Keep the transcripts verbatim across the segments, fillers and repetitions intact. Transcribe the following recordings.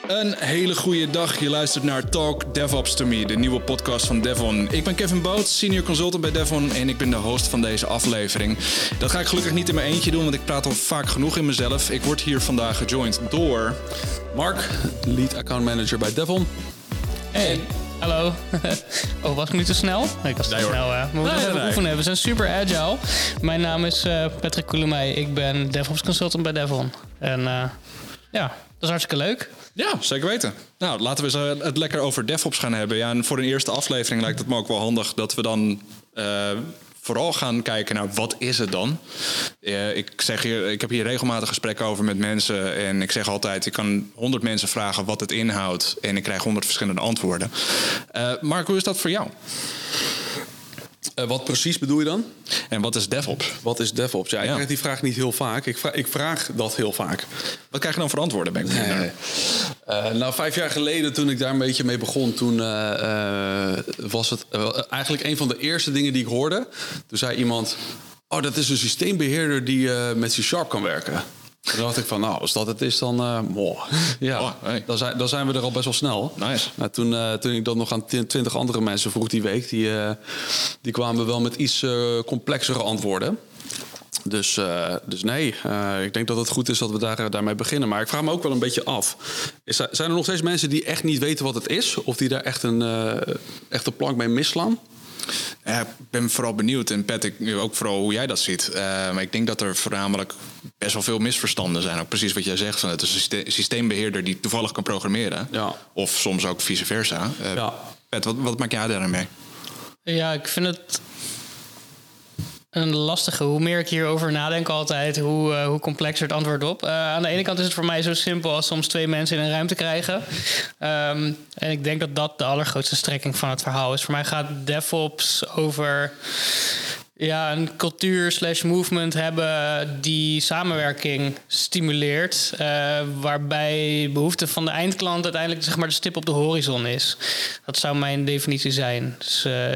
Een hele goede dag. Je luistert naar Talk DevOps to Me, de nieuwe podcast van Devon. Ik ben Kevin Boot, senior consultant bij Devon en ik ben de host van deze aflevering. Dat ga ik gelukkig niet in mijn eentje doen, want ik praat al vaak genoeg in mezelf. Ik word hier vandaag gejoind door Mark, lead account manager bij Devon. Hey, hallo. Oh, was ik nu te snel? Nee, ik was te Nee, snel. Uh, we moeten nee, even nee. oefenen. We zijn super agile. Mijn naam is uh, Patrick Koelemij. Ik ben DevOps consultant bij Devon. En uh, ja, dat is hartstikke leuk. Ja, zeker weten. Nou, laten we eens het lekker over DevOps gaan hebben. Ja, en voor een eerste aflevering lijkt het me ook wel handig dat we dan uh, vooral gaan kijken naar wat is het dan. Uh, ik, zeg hier, ik heb hier regelmatig gesprekken over met mensen en ik zeg altijd, ik kan honderd mensen vragen wat het inhoudt en ik krijg honderd verschillende antwoorden. Uh, Mark, hoe is dat voor jou? Uh, wat precies bedoel je dan? En wat is DevOps? Wat is DevOps? Ja, ik Ja. krijg die vraag niet heel vaak. Ik vraag, ik vraag dat heel vaak. Wat krijg je dan voor antwoorden? Ben ik benieuwd naar. Uh, nou, vijf jaar geleden toen ik daar een beetje mee begon, toen uh, uh, was het uh, eigenlijk een van de eerste dingen die ik hoorde. Toen zei iemand, oh, dat is een systeembeheerder die uh, met C Sharp kan werken. Toen dacht ik van, nou, als dat het is, dan... Uh, moh. Ja, Oh, hey. dan, zijn, dan zijn we er al best wel snel. Nice. Nou, toen, uh, toen ik dat nog aan twintig andere mensen vroeg die week, die, uh, die kwamen wel met iets uh, complexere antwoorden. Dus, uh, dus nee, uh, ik denk dat het goed is dat we daar, daarmee beginnen. Maar ik vraag me ook wel een beetje af. Is, zijn er nog steeds mensen die echt niet weten wat het is? Of die daar echt een, uh, echt een plank mee misslaan? Ja, ik ben vooral benieuwd en Pat, ik ook vooral hoe jij dat ziet. Uh, maar ik denk dat er voornamelijk best wel veel misverstanden zijn. Ook precies wat jij zegt, van het is een syste- systeembeheerder die toevallig kan programmeren. Ja. Of soms ook vice versa. Uh, Ja. Pat, wat, wat maak jij daarin mee? Ja, ik vind het een lastige. Hoe meer ik hierover nadenk altijd, hoe, uh, hoe complexer het antwoord op. Uh, aan de ene kant is het voor mij zo simpel als soms twee mensen in een ruimte krijgen. Um, en ik denk dat dat de allergrootste strekking van het verhaal is. Voor mij gaat DevOps over ja, een cultuur slash movement hebben die samenwerking stimuleert. Uh, waarbij behoefte van de eindklant uiteindelijk zeg maar de stip op de horizon is. Dat zou mijn definitie zijn. Dus uh,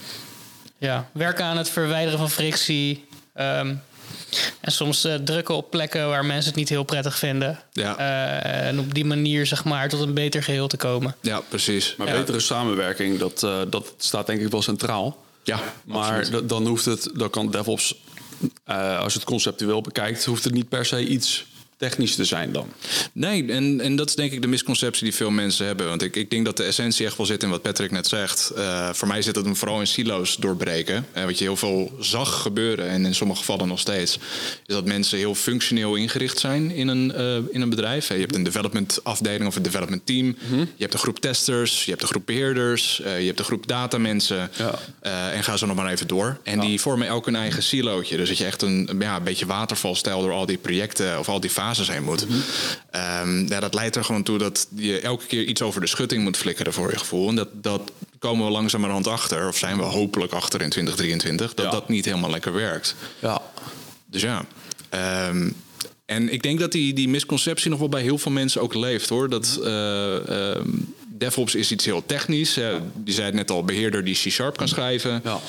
ja, werken aan het verwijderen van frictie. Um, en soms uh, drukken op plekken waar mensen het niet heel prettig vinden. Ja. Uh, en op die manier zeg maar tot een beter geheel te komen. Ja, precies. Maar ja. betere samenwerking, dat, uh, dat staat denk ik wel centraal. Ja, Maar d- dan hoeft het, dan kan DevOps, uh, als je het conceptueel bekijkt, hoeft het niet per se iets technisch te zijn dan. Nee, en, en dat is denk ik de misconceptie die veel mensen hebben. Want ik, ik denk dat de essentie echt wel zit in wat Patrick net zegt. Uh, voor mij zit het hem vooral in silo's doorbreken. Uh, wat je heel veel zag gebeuren, en in sommige gevallen nog steeds, is dat mensen heel functioneel ingericht zijn in een, uh, in een bedrijf. Je hebt een development afdeling of een development team. Mm-hmm. Je hebt een groep testers, je hebt een groep beheerders, uh, je hebt een groep datamensen. Ja. Uh, en ga zo nog maar even door. En ja. die vormen elk een eigen silootje. Dus dat je echt een, ja, een beetje watervalstijl door al die projecten of al die fases zijn moet. Mm-hmm. Um, ja, dat leidt er gewoon toe dat je elke keer iets over de schutting moet flikkeren voor je gevoel. En dat, dat komen we langzamerhand achter, of zijn we hopelijk achter in twintig drieëntwintig, dat ja. dat niet helemaal lekker werkt. Ja. Dus ja. Um, en ik denk dat die, die misconceptie nog wel bij heel veel mensen ook leeft, hoor. Dat uh, um, DevOps is iets heel technisch. Uh, die zei het net al, beheerder die C Sharp kan schrijven. Ja.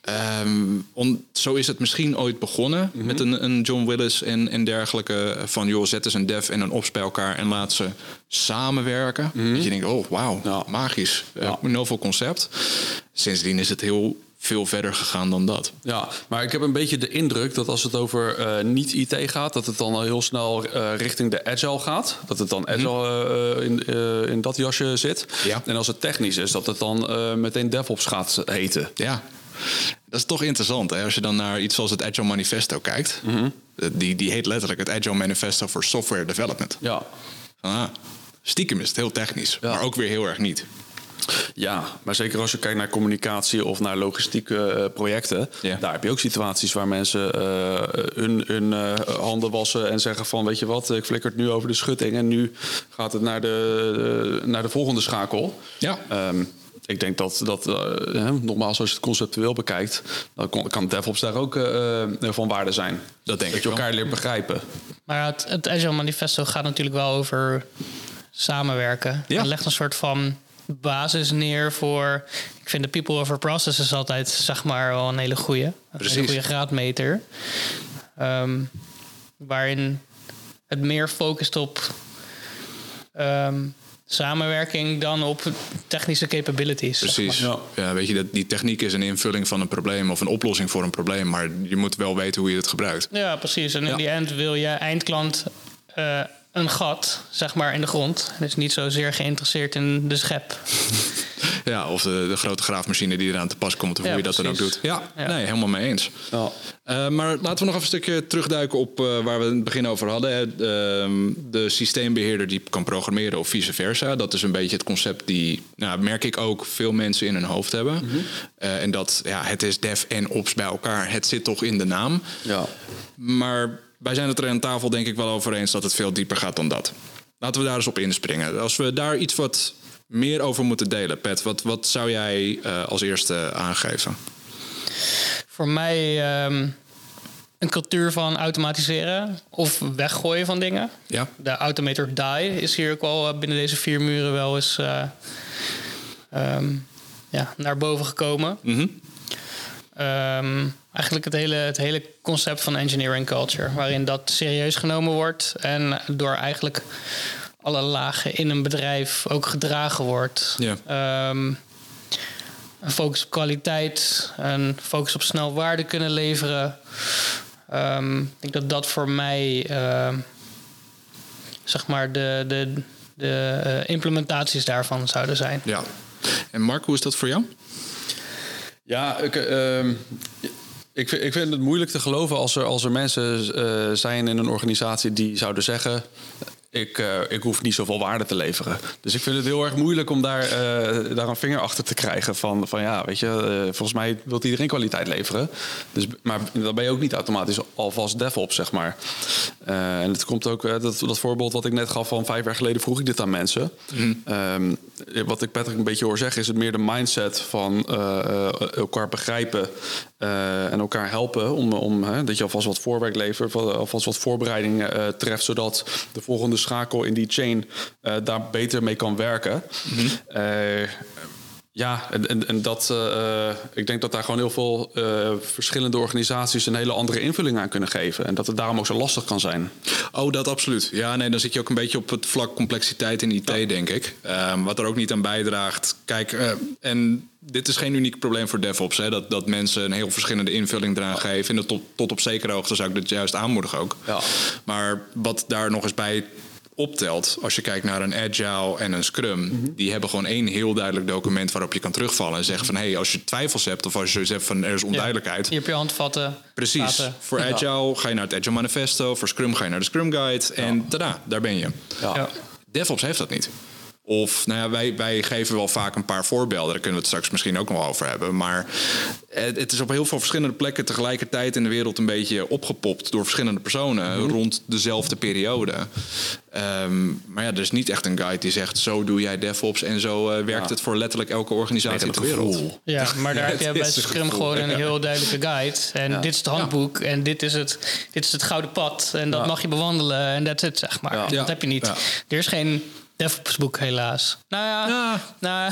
Um, on, zo is het misschien ooit begonnen mm-hmm. met een, een John Willis en, en dergelijke. Van joh, zet eens een dev en een ops bij elkaar en laat ze samenwerken. Mm-hmm. Dat je denkt, oh wauw, ja. magisch. Ja. Een novel concept. Sindsdien is het heel veel verder gegaan dan dat. Ja, maar ik heb een beetje de indruk dat als het over uh, niet-I T gaat, dat het dan al heel snel uh, richting de agile gaat. Dat het dan agile uh, in, uh, in dat jasje zit. Ja. En als het technisch is, dat het dan uh, meteen DevOps gaat heten. Ja, dat is toch interessant. Hè? Als je dan naar iets zoals het Agile Manifesto kijkt. Mm-hmm. Die, die heet letterlijk het Agile Manifesto for Software Development. Ja. Ah, stiekem is het heel technisch, ja. maar ook weer heel erg niet. Ja, maar zeker als je kijkt naar communicatie of naar logistieke uh, projecten. Ja. Daar heb je ook situaties waar mensen uh, hun, hun uh, handen wassen en zeggen van, weet je wat, ik flikker het nu over de schutting en nu gaat het naar de, uh, naar de volgende schakel. Ja. Um, ik denk dat, dat uh, nogmaals, als je het conceptueel bekijkt, dan kan DevOps daar ook uh, van waarde zijn. Dat denk dat ik je elkaar wel. leert begrijpen. Maar het, het Agile Manifesto gaat natuurlijk wel over samenwerken. Ja. Het legt een soort van basis neer voor, ik vind de people over processes altijd, zeg maar, wel een hele goede. Een hele goede graadmeter. Um, waarin het meer focust op um, samenwerking dan op technische capabilities. Precies. Zeg maar. ja. ja, weet je, dat die techniek is een invulling van een probleem of een oplossing voor een probleem, maar je moet wel weten hoe je het gebruikt. Ja, precies. En in Ja. die end wil je eindklant uh, een gat, zeg maar, in de grond. Dus niet zozeer geïnteresseerd in de schep. Ja, of de, de grote graafmachine die eraan te pas komt, of Ja, hoe je dat dan ook precies. doet. Ja, Ja. nee, helemaal mee eens. Ja. Uh, maar laten we nog even een stukje terugduiken op uh, waar we het in het begin over hadden. Hè. Uh, de systeembeheerder die kan programmeren of vice versa. Dat is een beetje het concept die, nou, merk ik ook, veel mensen in hun hoofd hebben. Mm-hmm. Uh, en dat, ja, het is dev en ops bij elkaar. Het zit toch in de naam. Ja. Maar wij zijn het er aan tafel denk ik wel over eens dat het veel dieper gaat dan dat. Laten we daar eens op inspringen. Als we daar iets wat meer over moeten delen. Pat, wat, wat zou jij uh, als eerste aangeven? Voor mij um, een cultuur van automatiseren of weggooien van dingen. Ja. De automate or die is hier ook wel uh, binnen deze vier muren wel eens uh, um, ja, naar boven gekomen. Mm-hmm. Um, eigenlijk het hele, het hele concept van engineering culture, waarin dat serieus genomen wordt en door eigenlijk alle lagen in een bedrijf ook gedragen wordt. Ja. Um, een focus op kwaliteit, een focus op snel waarde kunnen leveren. Um, ik denk dat dat voor mij uh, zeg maar de, de, de uh, implementaties daarvan zouden zijn. Ja. En Mark, hoe is dat voor jou? Ja, ik, uh, ik, vind, ik vind het moeilijk te geloven als er, als er mensen uh, zijn in een organisatie die zouden zeggen: Ik, uh, ik hoef niet zoveel waarde te leveren. Dus ik vind het heel erg moeilijk om daar, uh, daar een vinger achter te krijgen. Van, van ja, weet je, uh, volgens mij wil iedereen kwaliteit leveren. Dus, maar dan ben je ook niet automatisch alvast DevOps, zeg maar. Uh, en het komt ook, uh, dat, dat voorbeeld wat ik net gaf van vijf jaar geleden vroeg ik dit aan mensen. Mm. Um, wat ik Patrick een beetje hoor zeggen is het meer de mindset van uh, uh, elkaar begrijpen uh, en elkaar helpen. Om, om uh, dat je alvast wat voorwerk levert, alvast wat voorbereiding uh, treft, zodat de volgende schakel in die chain uh, daar beter mee kan werken. Mm-hmm. Uh, ja, en, en, en dat, uh, ik denk dat daar gewoon heel veel uh, verschillende organisaties een hele andere invulling aan kunnen geven. En dat het daarom ook zo lastig kan zijn. Oh, dat absoluut. Ja, nee, dan zit je ook een beetje op het vlak complexiteit in I T, ja. denk ik. Um, wat er ook niet aan bijdraagt. Kijk, uh, en dit is geen uniek probleem voor DevOps. Hè, dat, dat mensen een heel verschillende invulling eraan ja. geven. En dat tot, tot op zekere hoogte zou ik dat juist aanmoedigen ook. Ja. Maar wat daar nog eens bij optelt, als je kijkt naar een Agile en een Scrum, mm-hmm. die hebben gewoon één heel duidelijk document waarop je kan terugvallen en zeggen van, hé, hey, als je twijfels hebt of als je zoiets hebt van, er is onduidelijkheid. Ja, je hebt je handvatten. Precies. Laten. Voor Agile ja. ga je naar het Agile Manifesto, voor Scrum ga je naar de Scrum Guide en ja. tada, daar ben je. Ja. Ja. DevOps heeft dat niet. Of, nou ja, wij, wij geven wel vaak een paar voorbeelden. Daar kunnen we het straks misschien ook nog wel over hebben. Maar het, het is op heel veel verschillende plekken tegelijkertijd in de wereld een beetje opgepopt door verschillende personen mm-hmm. rond dezelfde periode. Um, maar ja, er is niet echt een guide die zegt, zo doe jij DevOps en zo uh, werkt ja. het voor letterlijk elke organisatie ter wereld. Ja, maar daar heb je bij Scrum gewoon een heel duidelijke guide. En ja. dit is het handboek ja. en dit is het, dit is het gouden pad. En dat ja. mag je bewandelen en dat is het, zeg maar. Ja. Dat heb je niet. Ja. Er is geen DevOps boek helaas. Nou ja, ja. Nou,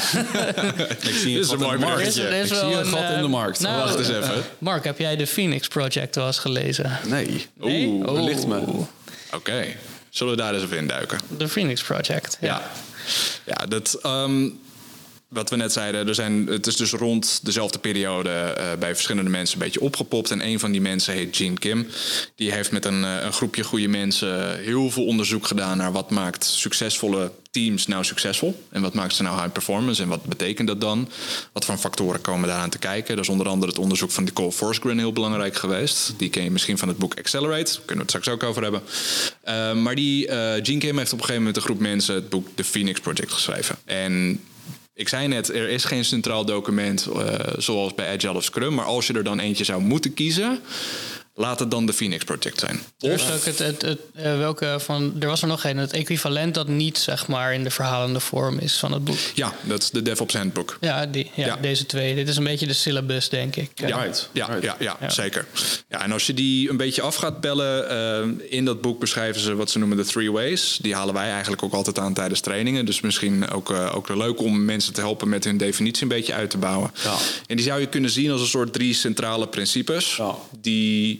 ik zie een gat in de markt. Er is, er is ik zie een gat in de markt. Nou, wacht eens even. Mark, heb jij de Phoenix Project wel eens gelezen? Nee. nee? Oeh, oh. Belicht me. Oké, okay. Zullen we daar eens even induiken? De Phoenix Project, ja. Ja, ja dat... Um, wat we net zeiden, er zijn, het is dus rond dezelfde periode uh, bij verschillende mensen een beetje opgepopt. En een van die mensen heet Gene Kim. Die heeft met een, uh, een groepje goede mensen heel veel onderzoek gedaan naar wat maakt succesvolle teams nou succesvol. En wat maakt ze nou high performance en wat betekent dat dan? Wat voor factoren komen daaraan te kijken? Dat is onder andere het onderzoek van Nicole Forsgren heel belangrijk geweest. Die ken je misschien van het boek Accelerate. Daar kunnen we het straks ook over hebben. Uh, maar die uh, Gene Kim heeft op een gegeven moment een groep mensen het boek The Phoenix Project geschreven. En ik zei net, er is geen centraal document uh, zoals bij Agile of Scrum. Maar als je er dan eentje zou moeten kiezen, laat het dan de Phoenix Project zijn. Er is ook het, het, het, uh, welke van, er was er nog een, het equivalent dat niet zeg maar in de verhalende vorm is van het boek. Ja, dat is de DevOps Handbook. Ja, die, ja, ja. deze twee. Dit is een beetje de syllabus, denk ik. Ja, right. ja, right. ja, ja, ja, zeker. Ja, en als je die een beetje af gaat pellen, uh, in dat boek beschrijven ze wat ze noemen de three ways. Die halen wij eigenlijk ook altijd aan tijdens trainingen. Dus misschien ook, uh, ook leuk om mensen te helpen met hun definitie een beetje uit te bouwen. Ja. En die zou je kunnen zien als een soort drie centrale principes. Ja. Die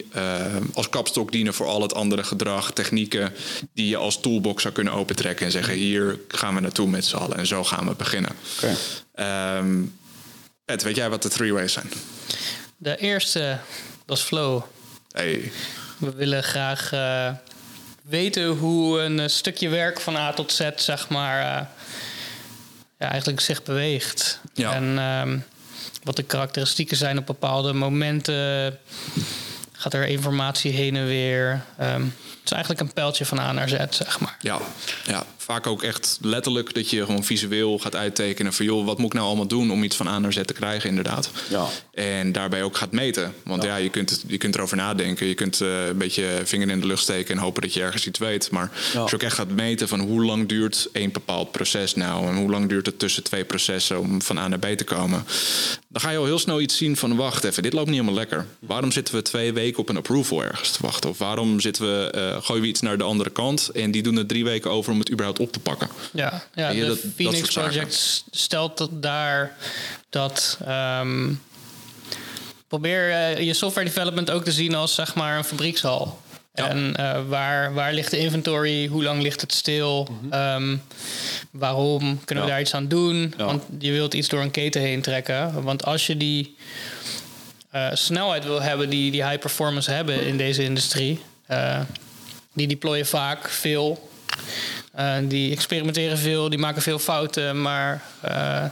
die uh, als kapstok dienen voor al het andere gedrag, technieken die je als toolbox zou kunnen opentrekken en zeggen, hier gaan we naartoe met z'n allen en zo gaan we beginnen. Okay. Um, Ed, weet jij wat de three ways zijn? De eerste, dat is flow. Hey. We willen graag uh, weten hoe een stukje werk van A tot Z, zeg maar, uh, ja, eigenlijk zich beweegt. Ja. En um, wat de karakteristieken zijn op bepaalde momenten. Gaat er informatie heen en weer. Um, het is eigenlijk een pijltje van A naar Z, zeg maar. Ja, ja, vaak ook echt letterlijk dat je gewoon visueel gaat uittekenen van, joh, wat moet ik nou allemaal doen om iets van A naar Z te krijgen, inderdaad. Ja. En daarbij ook gaat meten. Want ja, ja je, kunt, je kunt erover nadenken. Je kunt uh, een beetje vinger in de lucht steken en hopen dat je ergens iets weet. Maar ja, als je ook echt gaat meten van hoe lang duurt één bepaald proces nou en hoe lang duurt het tussen twee processen om van A naar B te komen, dan ga je al heel snel iets zien van, wacht even, dit loopt niet helemaal lekker. Waarom zitten we twee weken op een approval ergens te wachten? Of waarom zitten we, uh, gooien we iets naar de andere kant en die doen er drie weken over om het überhaupt op te pakken? Ja, ja je, de dat, Phoenix dat Project stelt dat daar dat um, probeer uh, je software development ook te zien als, zeg maar, een fabriekshal. Ja. En uh, waar, waar ligt de inventory? Hoe lang ligt het stil? Mm-hmm. Um, waarom kunnen we ja. daar iets aan doen? Ja. Want je wilt iets door een keten heen trekken. Want als je die uh, snelheid wil hebben, die, die high performance hebben in deze industrie, uh, die deployen vaak veel. Uh, die experimenteren veel, die maken veel fouten, maar uh,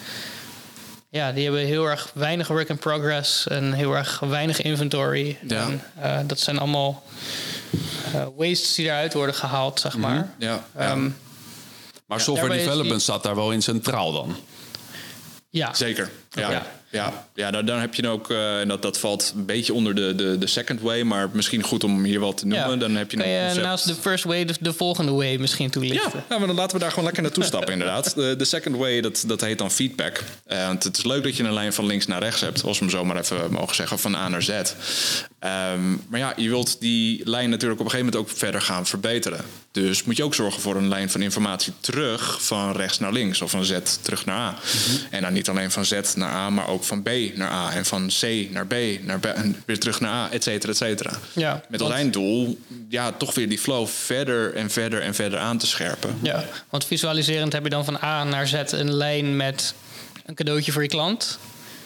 ja, die hebben heel erg weinig work in progress en heel erg weinig inventory. Ja. En, uh, dat zijn allemaal uh, wastes die eruit worden gehaald, zeg maar. Mm-hmm. Ja, ja. Um, maar software ja, development die... staat daar wel in centraal dan? Ja. Zeker, ja. ja. Ja, ja dan, dan heb je ook, uh, en dat, dat valt een beetje onder de, de, de second way, maar misschien goed om hier wat te noemen. Ja. Dan heb je kan een je concept... naast de first way de, de volgende way misschien toelichten? Ja, ja, maar dan laten we daar gewoon lekker naartoe stappen inderdaad. De, de second way, dat, dat heet dan feedback. Uh, want het is leuk dat je een lijn van links naar rechts hebt, als we hem zo maar even mogen zeggen, van A naar Z. Um, maar ja, je wilt die lijn natuurlijk op een gegeven moment ook verder gaan verbeteren. Dus moet je ook zorgen voor een lijn van informatie terug van rechts naar links of van Z terug naar A. Mm-hmm. En dan niet alleen van Z naar A, maar ook van B naar A. En van C naar B, naar B en weer terug naar A, et cetera, et cetera. Ja, met als einddoel, ja, toch weer die flow verder en verder en verder aan te scherpen. Ja, want visualiserend heb je dan van A naar Z een lijn met een cadeautje voor je klant.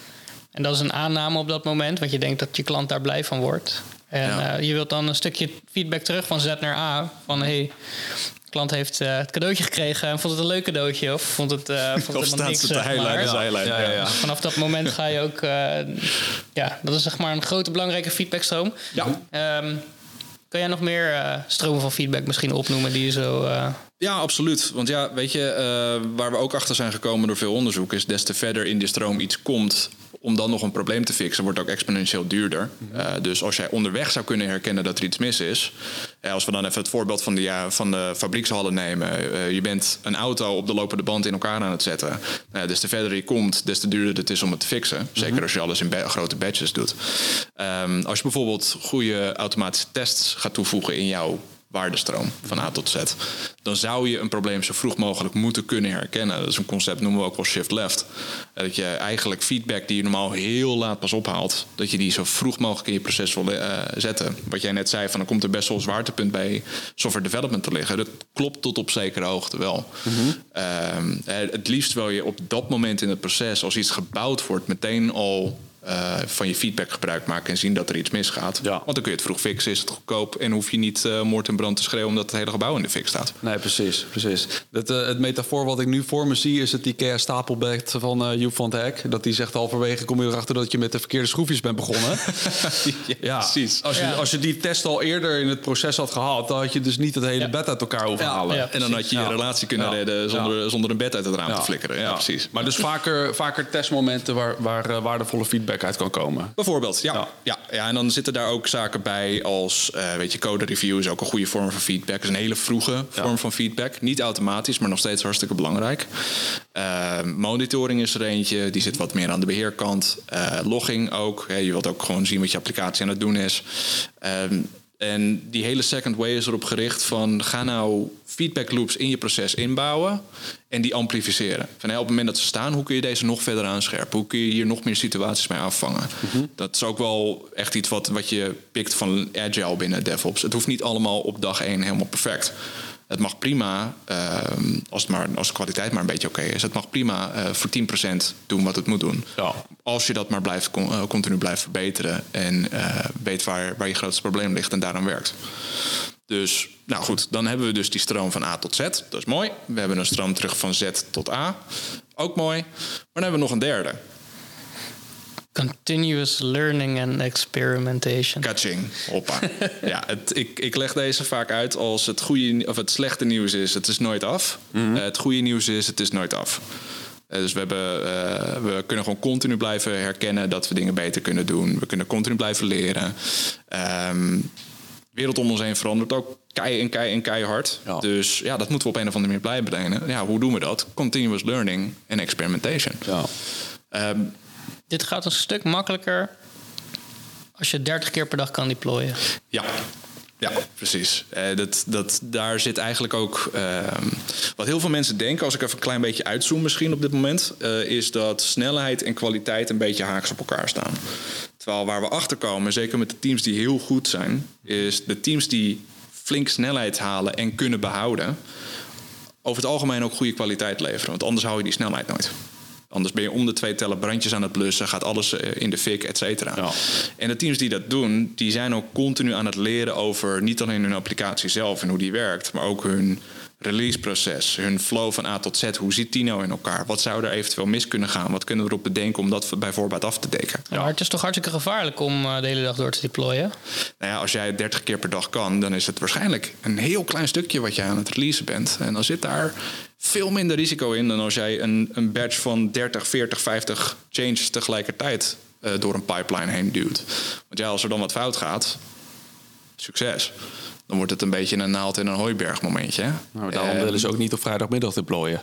En dat is een aanname op dat moment, want je denkt dat je klant daar blij van wordt. En ja. uh, je wilt dan een stukje feedback terug van Z naar A. Van, hey, de klant heeft uh, het cadeautje gekregen en vond het een leuk cadeautje. Of vond het, uh, vond het helemaal niks. Of highlight, ja. highlight. Ja, ja, ja. Vanaf dat moment ga je ook... Uh, ja, dat is zeg maar een grote belangrijke feedbackstroom. Ja. Um, kan jij nog meer uh, stromen van feedback misschien opnoemen die je zo... Uh... Ja, absoluut. Want ja, weet je, uh, waar we ook achter zijn gekomen door veel onderzoek is, des te verder in die stroom iets komt, om dan nog een probleem te fixen, wordt ook exponentieel duurder. Uh, dus als jij onderweg zou kunnen herkennen dat er iets mis is. Uh, als we dan even het voorbeeld van de, ja, van de fabriekshallen nemen. Uh, je bent een auto op de lopende band in elkaar aan het zetten. Uh, des te verder je komt, des te duurder het is om het te fixen. Mm-hmm. Zeker als je alles in be- grote batches doet. Um, als je bijvoorbeeld goede automatische tests gaat toevoegen in jouw waardestroom van A tot Z, dan zou je een probleem zo vroeg mogelijk moeten kunnen herkennen. Dat is een concept, noemen we ook wel shift left. Dat je eigenlijk feedback die je normaal heel laat pas ophaalt, dat je die zo vroeg mogelijk in je proces wil uh, zetten. Wat jij net zei, van dan komt er best wel een zwaartepunt bij software development te liggen. Dat klopt tot op zekere hoogte wel. Mm-hmm. Um, het liefst wil je op dat moment in het proces, als iets gebouwd wordt, meteen al Uh, van je feedback gebruik maken en zien dat er iets misgaat. Ja. Want dan kun je het vroeg fixen, is het goedkoop en hoef je niet uh, moord en brand te schreeuwen omdat het hele gebouw in de fik staat. Nee, precies. precies. Het, uh, het metafoor wat ik nu voor me zie is het IKEA stapelbed van uh, Joep van het Hek. Dat die zegt halverwege kom je erachter dat je met de verkeerde schroefjes bent begonnen. ja, ja, precies. Als je, ja. als je die test al eerder in het proces had gehad, dan had je dus niet het hele ja. bed uit elkaar hoeven ja. halen. Ja, en dan had je je ja. relatie kunnen ja. redden zonder, ja. zonder een bed uit het raam ja. te flikkeren. Ja, ja. precies. Maar dus vaker, vaker testmomenten waar, waar uh, waardevolle feedback uit kan komen. Bijvoorbeeld, ja. Ja. ja. ja. En dan zitten daar ook zaken bij als, uh, weet je, code review is ook een goede vorm van feedback. Het is een hele vroege vorm ja. van feedback. Niet automatisch, maar nog steeds hartstikke belangrijk. Uh, monitoring is er eentje, die zit wat meer aan de beheerkant. Uh, logging ook. Hè. Je wilt ook gewoon zien wat je applicatie aan het doen is. Uh, En die hele second way is erop gericht van... ga nou feedback loops in je proces inbouwen en die amplificeren. Van, hey, op het moment dat ze staan, hoe kun je deze nog verder aanscherpen? Hoe kun je hier nog meer situaties mee afvangen? Mm-hmm. Dat is ook wel echt iets wat, wat je pikt van Agile binnen DevOps. Het hoeft niet allemaal op dag één helemaal perfect. Het mag prima, uh, als, het maar, als de kwaliteit maar een beetje oké okay is... het mag prima uh, voor tien procent doen wat het moet doen. Ja. Als je dat maar blijft, uh, continu blijft verbeteren... en uh, weet waar, waar je grootste probleem ligt en daaraan werkt. Dus, nou goed, dan hebben we dus die stroom van A tot Z. Dat is mooi. We hebben een stroom terug van Z tot A. Ook mooi. Maar dan hebben we nog een derde. Continuous learning and experimentation. Kaching, hoppa. Ja, het, ik, ik leg deze vaak uit als het goede of het slechte nieuws is, het is nooit af. Mm-hmm. Uh, het goede nieuws is, het is nooit af. Uh, dus we, hebben, uh, we kunnen gewoon continu blijven herkennen dat we dingen beter kunnen doen. We kunnen continu blijven leren. Um, de wereld om ons heen verandert ook kei en kei en keihard. Ja. Dus ja, dat moeten we op een of andere manier blijven brengen. Ja, hoe doen we dat? Continuous learning en experimentation. Ja. Um, Dit gaat een stuk makkelijker als je dertig keer per dag kan deployen. Ja, ja precies. Uh, dat, dat, daar zit eigenlijk ook... Uh, wat heel veel mensen denken, als ik even een klein beetje uitzoom misschien op dit moment... Uh, is dat snelheid en kwaliteit een beetje haaks op elkaar staan. Terwijl waar we achter komen, zeker met de teams die heel goed zijn... is de teams die flink snelheid halen en kunnen behouden... over het algemeen ook goede kwaliteit leveren. Want anders hou je die snelheid nooit. Anders ben je om de twee tellen brandjes aan het blussen... gaat alles in de fik, et cetera. Ja. En de teams die dat doen, die zijn ook continu aan het leren... over niet alleen hun applicatie zelf en hoe die werkt... maar ook hun releaseproces, hun flow van A tot Z. Hoe zit die nou in elkaar? Wat zou er eventueel mis kunnen gaan? Wat kunnen we erop bedenken om dat bij voorbaat af te dekken? Ja, maar het is toch hartstikke gevaarlijk om de hele dag door te deployen? Nou ja, als jij dertig keer per dag kan... dan is het waarschijnlijk een heel klein stukje wat jij aan het releasen bent. En dan zit daar... veel minder risico in dan als jij een, een batch van dertig, veertig, vijftig changes tegelijkertijd uh, door een pipeline heen duwt. Want ja, als er dan wat fout gaat, succes. Dan wordt het een beetje een naald in een hooiberg momentje. Hè? Nou, daarom uh, willen ze ook niet op vrijdagmiddag deployen.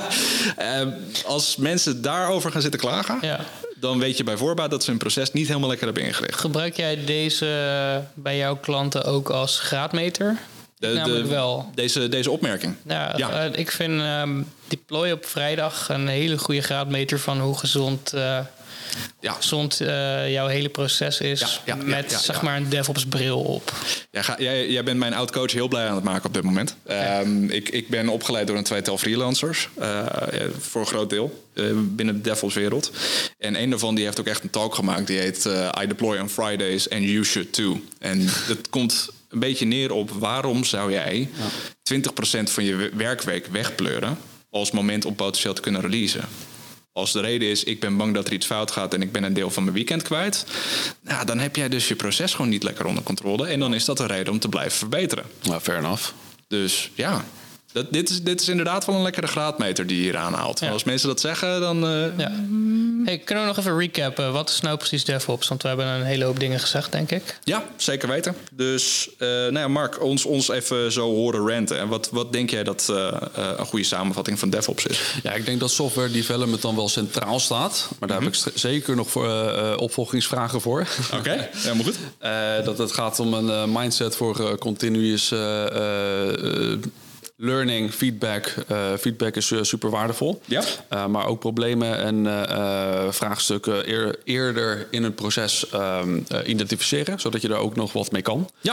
uh, als mensen daarover gaan zitten klagen... Ja. dan weet je bij voorbaat dat ze hun proces niet helemaal lekker hebben ingericht. Gebruik jij deze bij jouw klanten ook als graadmeter? De, Namelijk de, wel. Deze, deze opmerking. Ja, ja. Uh, ik vind um, deploy op vrijdag een hele goede graadmeter van hoe gezond, uh, ja. gezond uh, jouw hele proces is. Ja, ja, met ja, ja, zeg ja. maar een DevOps bril op. Ja, ga, jij, jij bent mijn oud-coach heel blij aan het maken op dit moment. Ja. Um, ik, ik ben opgeleid door een tweetal freelancers. Uh, voor een groot deel. Uh, binnen de DevOps wereld. En een daarvan die heeft ook echt een talk gemaakt. Die heet uh, I deploy on Fridays and you should too. En dat komt... een beetje neer op waarom zou jij ja. twintig procent van je werkweek wegpleuren... als moment om potentieel te kunnen releasen. Als de reden is, ik ben bang dat er iets fout gaat... en ik ben een deel van mijn weekend kwijt... Nou, dan heb jij dus je proces gewoon niet lekker onder controle... en dan is dat een reden om te blijven verbeteren. Nou, fair enough. Dus ja... Dat, dit, is, dit is inderdaad wel een lekkere graadmeter die je hier aanhaalt. Ja. Als mensen dat zeggen, dan... Uh... Ja. Hey, kunnen we nog even recappen? Wat is nou precies DevOps? Want we hebben een hele hoop dingen gezegd, denk ik. Ja, zeker weten. Dus, uh, nou ja, Mark, ons, ons even zo horen ranten. En wat, wat denk jij dat uh, uh, een goede samenvatting van DevOps is? Ja, ik denk dat software development dan wel centraal staat. Maar daar mm-hmm. heb ik zeker nog voor, uh, opvolgingsvragen voor. Oké, okay, helemaal goed. uh, dat het gaat om een uh, mindset voor uh, continuous... Uh, uh, learning, feedback. Uh, feedback is uh, super waardevol. Ja. Uh, maar ook problemen en uh, uh, vraagstukken eer, eerder in het proces um, uh, identificeren. Zodat je daar ook nog wat mee kan. Ja.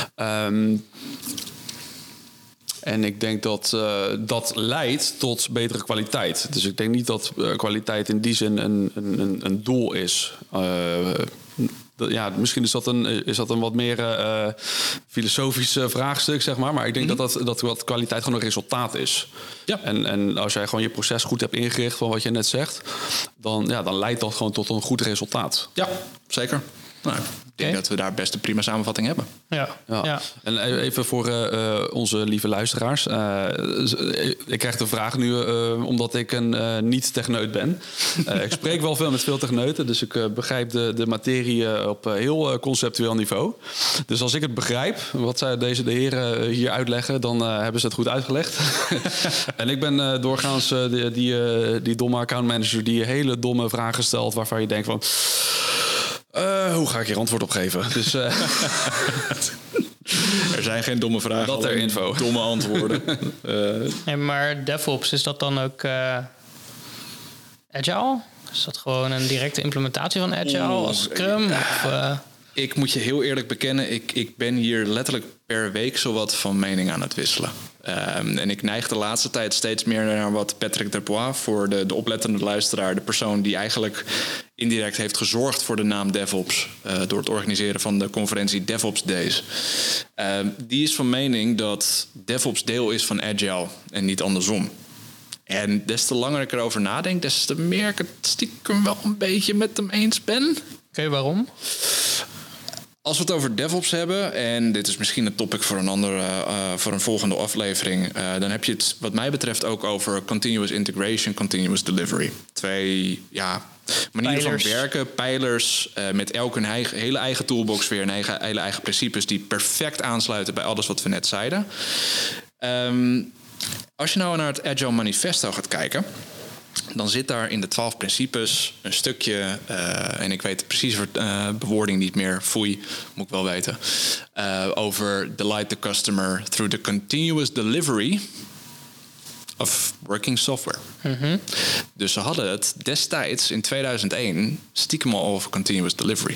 Um, En ik denk dat uh, dat leidt tot betere kwaliteit. Dus ik denk niet dat uh, kwaliteit in die zin een, een, een doel is. Uh, ja, misschien is dat een, is dat een wat meer uh, filosofisch uh, vraagstuk, zeg maar. Maar ik denk mm-hmm. dat, dat, dat, dat kwaliteit gewoon een resultaat is. Ja. En, en als jij gewoon je proces goed hebt ingericht van wat je net zegt... dan, ja, dan leidt dat gewoon tot een goed resultaat. Ja, zeker. Nou, ik denk okay. dat we daar best een prima samenvatting hebben. Ja. Ja. Ja. En even voor uh, onze lieve luisteraars. Uh, ik krijg de vraag nu uh, omdat ik een uh, niet-techneut ben. Uh, ik spreek wel veel met veel techneuten, dus ik uh, begrijp de, de materie uh, op uh, heel uh, conceptueel niveau. Dus als ik het begrijp, wat zij deze de heren hier uitleggen, dan uh, hebben ze het goed uitgelegd. En ik ben uh, doorgaans uh, die, die, uh, die domme accountmanager die hele domme vragen stelt waarvan je denkt van... Uh, hoe ga ik hier antwoord op geven? Dus, uh, Er zijn geen domme vragen. Dat ter info. Domme antwoorden. uh. nee, maar DevOps, is dat dan ook uh, Agile? Is dat gewoon een directe implementatie van Agile Oeh, als Scrum? Ja. Of, uh... Ik moet je heel eerlijk bekennen, ik, ik ben hier letterlijk per week zowat van mening aan het wisselen. Um, en ik neig de laatste tijd steeds meer naar wat Patrick Despois, voor de, de oplettende luisteraar, de persoon die eigenlijk indirect heeft gezorgd voor de naam DevOps uh, door het organiseren van de conferentie DevOps Days. Uh, die is van mening dat DevOps deel is van Agile en niet andersom. En des te langer ik erover nadenk, des te meer ik het stiekem wel een beetje met hem eens ben. Oké, okay, waarom? Als we het over DevOps hebben, en dit is misschien een topic voor een andere, uh, voor een volgende aflevering, uh, dan heb je het wat mij betreft ook over continuous integration, continuous delivery. Twee ja, manieren pijlers. van werken, pijlers, uh, met elk een eigen, hele eigen toolbox weer, een eigen, hele eigen principes die perfect aansluiten bij alles wat we net zeiden. Um, als je nou naar het Agile Manifesto gaat kijken, dan zit daar in de twaalf principes een stukje, uh, en ik weet precies de uh, bewoording niet meer, foei, moet ik wel weten, uh, over delight the customer through the continuous delivery of working software. Mm-hmm. Dus ze hadden het destijds in tweeduizend één stiekem al over continuous delivery.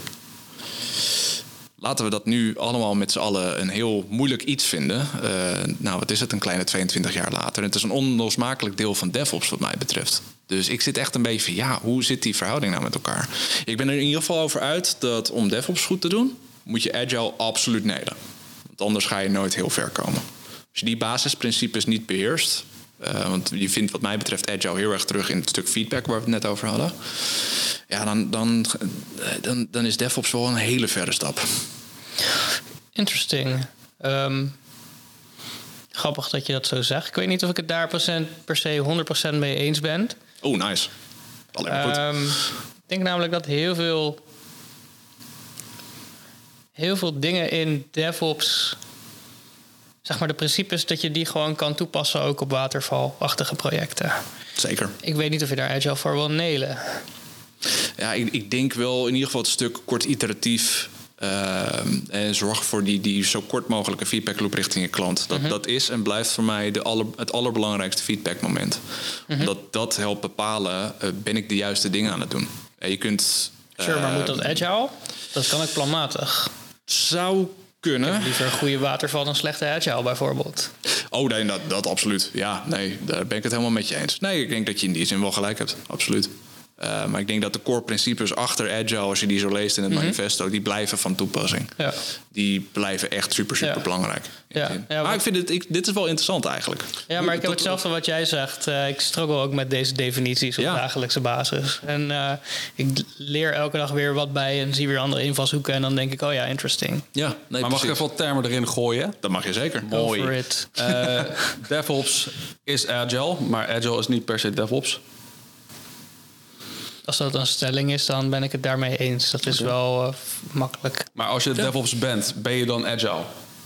Laten we dat nu allemaal met z'n allen een heel moeilijk iets vinden. Uh, nou, wat is het? Een kleine tweeëntwintig jaar later. En het is een onlosmakelijk deel van DevOps wat mij betreft. Dus ik zit echt een beetje van, ja, hoe zit die verhouding nou met elkaar? Ik ben er in ieder geval over uit dat om DevOps goed te doen, moet je Agile absoluut nailen. Want anders ga je nooit heel ver komen. Als je die basisprincipes niet beheerst, uh, want je vindt wat mij betreft Agile heel erg terug in het stuk feedback waar we het net over hadden. Ja, dan, dan, dan, dan is DevOps wel een hele verre stap. Interesting. Um, grappig dat je dat zo zegt. Ik weet niet of ik het daar per se honderd procent mee eens ben. Oh, nice. Alleen goed. Um, ik denk namelijk dat heel veel... heel veel dingen in DevOps, zeg maar de principes, dat je die gewoon kan toepassen ook op watervalachtige projecten. Zeker. Ik weet niet of je daar Agile voor wil nailen. Ja, ik, ik denk wel in ieder geval het stuk kort iteratief. Uh, en zorg voor die, die zo kort mogelijke feedbackloop richting je klant. Dat, mm-hmm. dat is en blijft voor mij de aller, het allerbelangrijkste feedbackmoment. Mm-hmm. Omdat dat helpt bepalen, uh, ben ik de juiste dingen aan het doen. Uh, je kunt... Uh, sure, maar moet dat agile? Dat kan ik planmatig. Zou kunnen. Ik heb liever een goede waterval dan slechte agile bijvoorbeeld. Oh nee, dat, dat absoluut. Ja, nee, daar ben ik het helemaal met je eens. Nee, ik denk dat je in die zin wel gelijk hebt. Absoluut. Uh, maar ik denk dat de core principes achter Agile, als je die zo leest in het mm-hmm. manifesto, die blijven van toepassing. Ja. Die blijven echt super, super ja. belangrijk. Ja. Ja, maar ik vind het, ik, dit is wel interessant eigenlijk. Ja, maar ik heb hetzelfde wat jij zegt. Uh, ik struggle ook met deze definities op ja. dagelijkse basis. En uh, ik leer elke dag weer wat bij en zie weer andere invalshoeken. En dan denk ik, oh ja, interesting. Ja, nee, maar precies. Mag ik even wat termen erin gooien? Dat mag je zeker. Mooi. Go for it. Uh, DevOps is Agile, maar Agile is niet per se DevOps. Als dat een stelling is, dan ben ik het daarmee eens. Dat is okay. wel uh, makkelijk. Maar als je ja. DevOps bent, ben je dan Agile?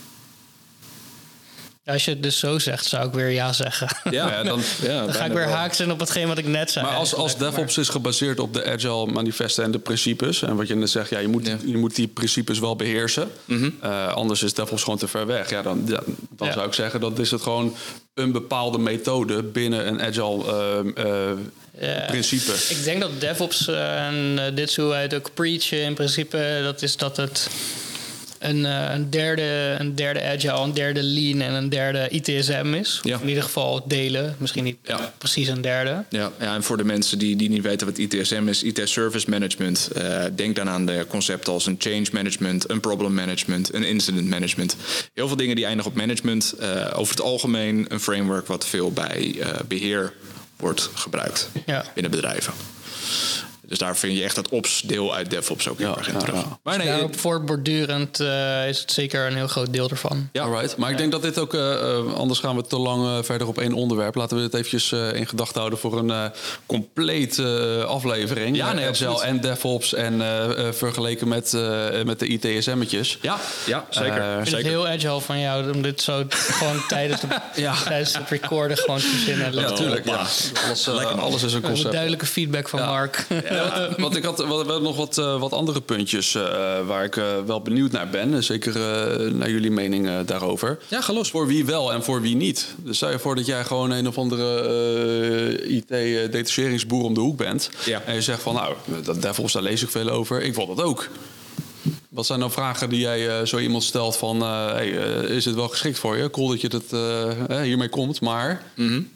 Als je het dus zo zegt, zou ik weer ja zeggen. Ja, ja, dan, ja, dan ga ik weer haaks zijn op hetgeen wat ik net zei. Maar als, als DevOps maar. is gebaseerd op de Agile manifesten en de principes, en wat je net zegt, ja, je moet, ja. je moet die principes wel beheersen. Mm-hmm. Uh, anders is DevOps gewoon te ver weg. Ja, dan ja, dan ja. zou ik zeggen, dat is het gewoon een bepaalde methode binnen een Agile uh, uh, Ja, principe. Ik denk dat DevOps, uh, en uh, dit is hoe wij het ook preachen in principe, dat is dat het een, uh, een, derde, een derde Agile, een derde Lean en een derde I T S M is. Ja. In ieder geval delen, misschien niet ja. precies een derde. Ja, ja, en voor de mensen die, die niet weten wat I T S M is, I T Service Management. Uh, denk dan aan de concepten als een change management, een problem management, een incident management. Heel veel dingen die eindigen op management. Uh, over het algemeen een framework wat veel bij uh, beheer wordt gebruikt ja. binnen bedrijven. Dus daar vind je echt het ops-deel uit DevOps ook heel ja, erg in ja, terug. Ja. Maar nee, daarop voortbordurend uh, is het zeker een heel groot deel ervan. Ja, right. Maar ik denk dat dit ook, uh, anders gaan we te lang uh, verder op één onderwerp. Laten we dit eventjes uh, in gedachten houden voor een uh, complete uh, aflevering. Ja, nee, Agile en DevOps en uh, uh, vergeleken met, uh, met de I T S M'tjes. Ja, ja, zeker. Uh, ik vind zeker. het heel agile van jou om dit zo gewoon tijdens, de, ja. tijdens het recorden gewoon te verzinnen. Ja, natuurlijk. Ja. Alles, uh, alles is een concept. Duidelijke feedback van ja. Mark. Ja. ja, want ik had wel, wel nog wat, uh, wat andere puntjes uh, waar ik uh, wel benieuwd naar ben. Zeker uh, naar jullie mening uh, daarover. Ja, ga los. Voor wie wel en voor wie niet. Dus stel je voor dat jij gewoon een of andere uh, I T-detacheringsboer om de hoek bent. Ja. En je zegt van, nou, dat DevOps, daar lees ik veel over. Ik wil dat ook. Wat zijn dan vragen die jij uh, zo iemand stelt van... Uh, hey, uh, is het wel geschikt voor je? Cool dat je dat, uh, hiermee komt, maar... Mm-hmm.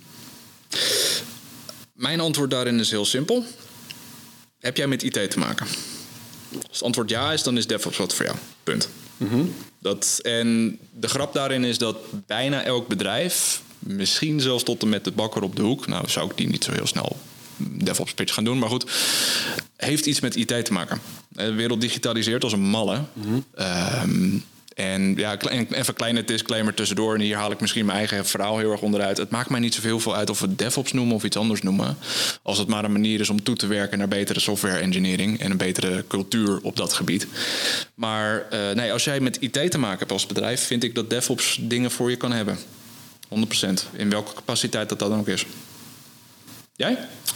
Mijn antwoord daarin is heel simpel. Heb jij met I T te maken? Als het antwoord ja is, dan is DevOps wat voor jou. Punt. Mm-hmm. Dat, en de grap daarin is dat bijna elk bedrijf... misschien zelfs tot en met de bakker op de hoek... nou zou ik die niet zo heel snel DevOps pitch gaan doen, maar goed... heeft iets met I T te maken. De wereld digitaliseert als een malle. Mm-hmm. Um, en ja, even kleine disclaimer tussendoor. En hier haal ik misschien mijn eigen verhaal heel erg onderuit. Het maakt mij niet zoveel veel uit of we DevOps noemen of iets anders noemen. Als het maar een manier is om toe te werken naar betere software engineering. En een betere cultuur op dat gebied. Maar uh, nee, als jij met I T te maken hebt als bedrijf... vind ik dat DevOps dingen voor je kan hebben. honderd procent. In welke capaciteit dat dat dan ook is. Jij?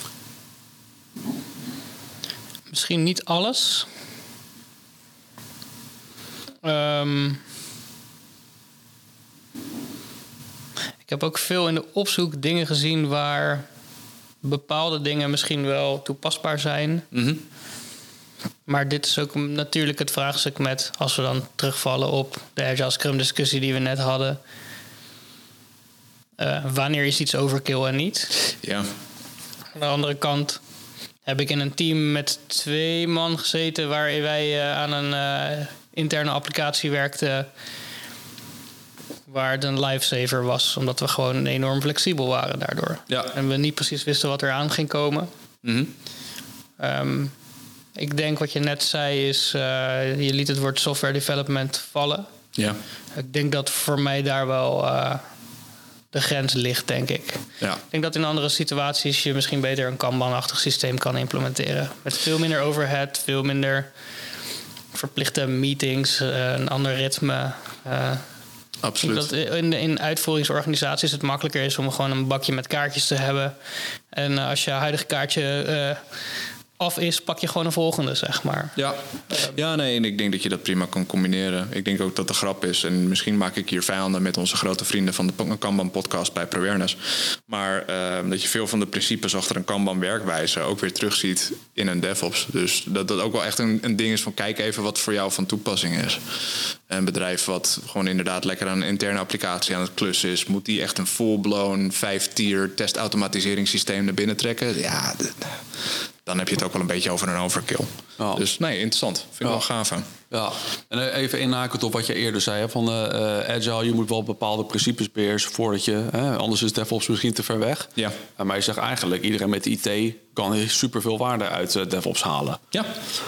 Misschien niet alles. Um, ik heb ook veel in de opzoek dingen gezien waar bepaalde dingen misschien wel toepasbaar zijn. Mm-hmm. Maar dit is ook natuurlijk het vraagstuk met, als we dan terugvallen op de Agile Scrum discussie die we net hadden. Uh, wanneer is iets overkill en niet? Ja. Aan de andere kant heb ik in een team met twee man gezeten waar wij uh, aan een uh, interne applicatie werkten waar het een lifesaver was, omdat we gewoon enorm flexibel waren daardoor. Ja. En we niet precies wisten wat er aan ging komen. Mm-hmm. Um, ik denk wat je net zei is, uh, je liet het woord software development vallen. Ja. Ik denk dat voor mij daar wel uh, de grens ligt, denk ik. Ja. Ik denk dat in andere situaties je misschien beter een Kanban-achtig systeem kan implementeren. Met veel minder overhead, veel minder verplichte meetings, uh, een ander ritme. Uh, Absoluut. Ik denk dat in, in uitvoeringsorganisaties het makkelijker is om gewoon een bakje met kaartjes te hebben. En uh, als je huidige kaartje uh, af is, pak je gewoon een volgende, zeg maar. Ja. ja, nee, en ik denk dat je dat prima kan combineren. Ik denk ook dat de grap is, en misschien maak ik hier vijanden met onze grote vrienden van de Kanban-podcast bij Proawareness. Maar uh, dat je veel van de principes achter een Kanban-werkwijze ook weer terugziet in een DevOps. Dus dat dat ook wel echt een, een ding is van kijk even wat voor jou van toepassing is. Een bedrijf wat gewoon inderdaad lekker aan een interne applicatie aan het klussen is, moet die echt een full-blown vijf-tier testautomatiseringssysteem naar binnen trekken? Ja, d- dan heb je het ook wel een beetje over een overkill. Ja. Dus nee, interessant. Vind ik ja. wel gaaf aan. Ja, en even inhakend op wat je eerder zei. Hè, van uh, Agile, je moet wel bepaalde principes beheersen voordat je... Hè, anders is DevOps misschien te ver weg. Ja. Maar je zegt eigenlijk, iedereen met I T kan superveel waarde uit uh, DevOps halen. Ja.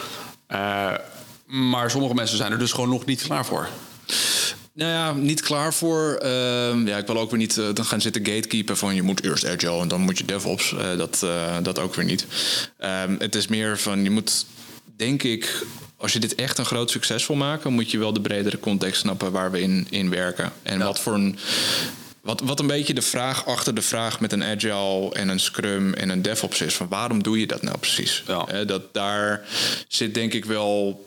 Uh, maar sommige mensen zijn er dus gewoon nog niet klaar voor. Nou ja, niet klaar voor. Uh, ja, ik wil ook weer niet uh, dan gaan zitten gatekeepen van je moet eerst Agile en dan moet je DevOps. Uh, dat, uh, dat ook weer niet. Uh, het is meer van je moet, denk ik, als je dit echt een groot succes wil maken, moet je wel de bredere context snappen waar we in, in werken. En ja. wat voor een. Wat, wat een beetje de vraag achter de vraag met een Agile en een Scrum en een DevOps is. Van waarom doe je dat nou precies? Ja. Uh, dat daar zit denk ik wel.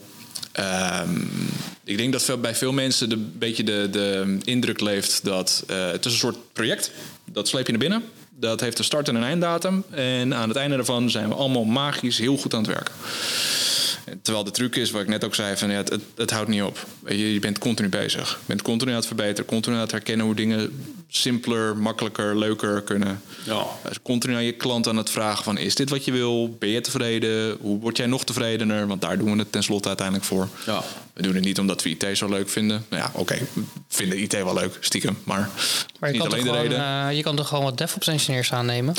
Um, ik denk dat veel, bij veel mensen een beetje de, de indruk leeft dat uh, het is een soort project. Dat sleep je naar binnen. Dat heeft een start- en een einddatum. En aan het einde daarvan zijn we allemaal magisch heel goed aan het werken. Terwijl de truc is, wat ik net ook zei, van, ja, het, het, het houdt niet op. Je, je bent continu bezig. Je bent continu aan het verbeteren, continu aan het herkennen hoe dingen simpeler, makkelijker, leuker kunnen. Ja. Dus continu aan je klant aan het vragen van, is dit wat je wil? Ben je tevreden? Hoe word jij nog tevredener? Want daar doen we het tenslotte uiteindelijk voor. Ja. We doen het niet omdat we I T zo leuk vinden. Nou ja, oké, okay, we vinden I T wel leuk, stiekem. Maar, maar je, niet kan alleen de gewoon, reden. Uh, je kan toch gewoon wat DevOps engineers aannemen?